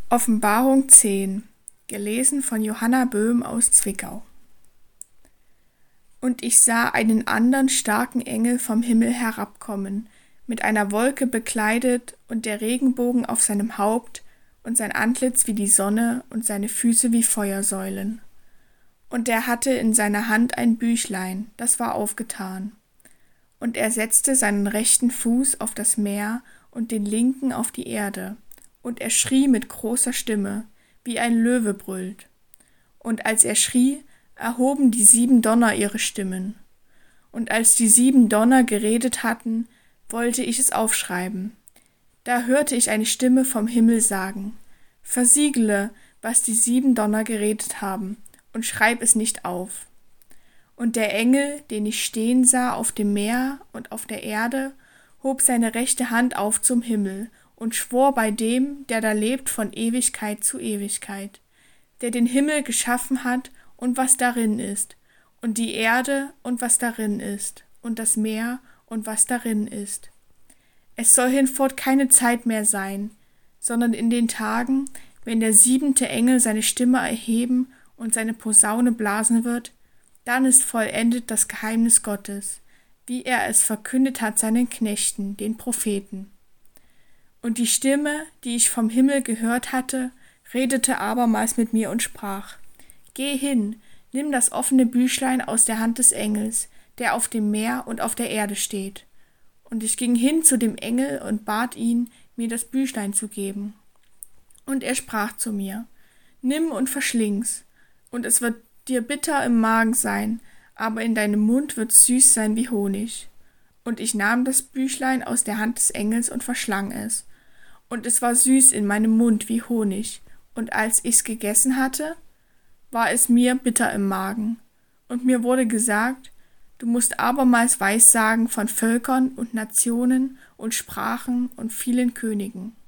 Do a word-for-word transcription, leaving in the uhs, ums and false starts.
Offenbarung zehn, gelesen von Johanna Böhm aus Zwickau. Und ich sah einen andern starken Engel vom Himmel herabkommen, mit einer Wolke bekleidet und der Regenbogen auf seinem Haupt und sein Antlitz wie die Sonne und seine Füße wie Feuersäulen. Und er hatte in seiner Hand ein Büchlein, das war aufgetan. Und er setzte seinen rechten Fuß auf das Meer und den linken auf die Erde. Und er schrie mit großer Stimme, wie ein Löwe brüllt. Und als er schrie, erhoben die sieben Donner ihre Stimmen. Und als die sieben Donner geredet hatten, wollte ich es aufschreiben. Da hörte ich eine Stimme vom Himmel sagen: Versiegele, was die sieben Donner geredet haben, und schreib es nicht auf. Und der Engel, den ich stehen sah auf dem Meer und auf der Erde, hob seine rechte Hand auf zum Himmel und schwor bei dem, der da lebt von Ewigkeit zu Ewigkeit, der den Himmel geschaffen hat und was darin ist, und die Erde und was darin ist, und das Meer und was darin ist. Es soll hinfort keine Zeit mehr sein, sondern in den Tagen, wenn der siebente Engel seine Stimme erheben und seine Posaune blasen wird, dann ist vollendet das Geheimnis Gottes, wie er es verkündet hat seinen Knechten, den Propheten. Und die Stimme, die ich vom Himmel gehört hatte, redete abermals mit mir und sprach: Geh hin, nimm das offene Büchlein aus der Hand des Engels, der auf dem Meer und auf der Erde steht. Und ich ging hin zu dem Engel und bat ihn, mir das Büchlein zu geben. Und er sprach zu mir: Nimm und verschling's, und es wird dir bitter im Magen sein, aber in deinem Mund wird's süß sein wie Honig. Und ich nahm das Büchlein aus der Hand des Engels und verschlang es. Und es war süß in meinem Mund wie Honig, und als ich's gegessen hatte, war es mir bitter im Magen. Und mir wurde gesagt: Du musst abermals Weissagen von Völkern und Nationen und Sprachen und vielen Königen.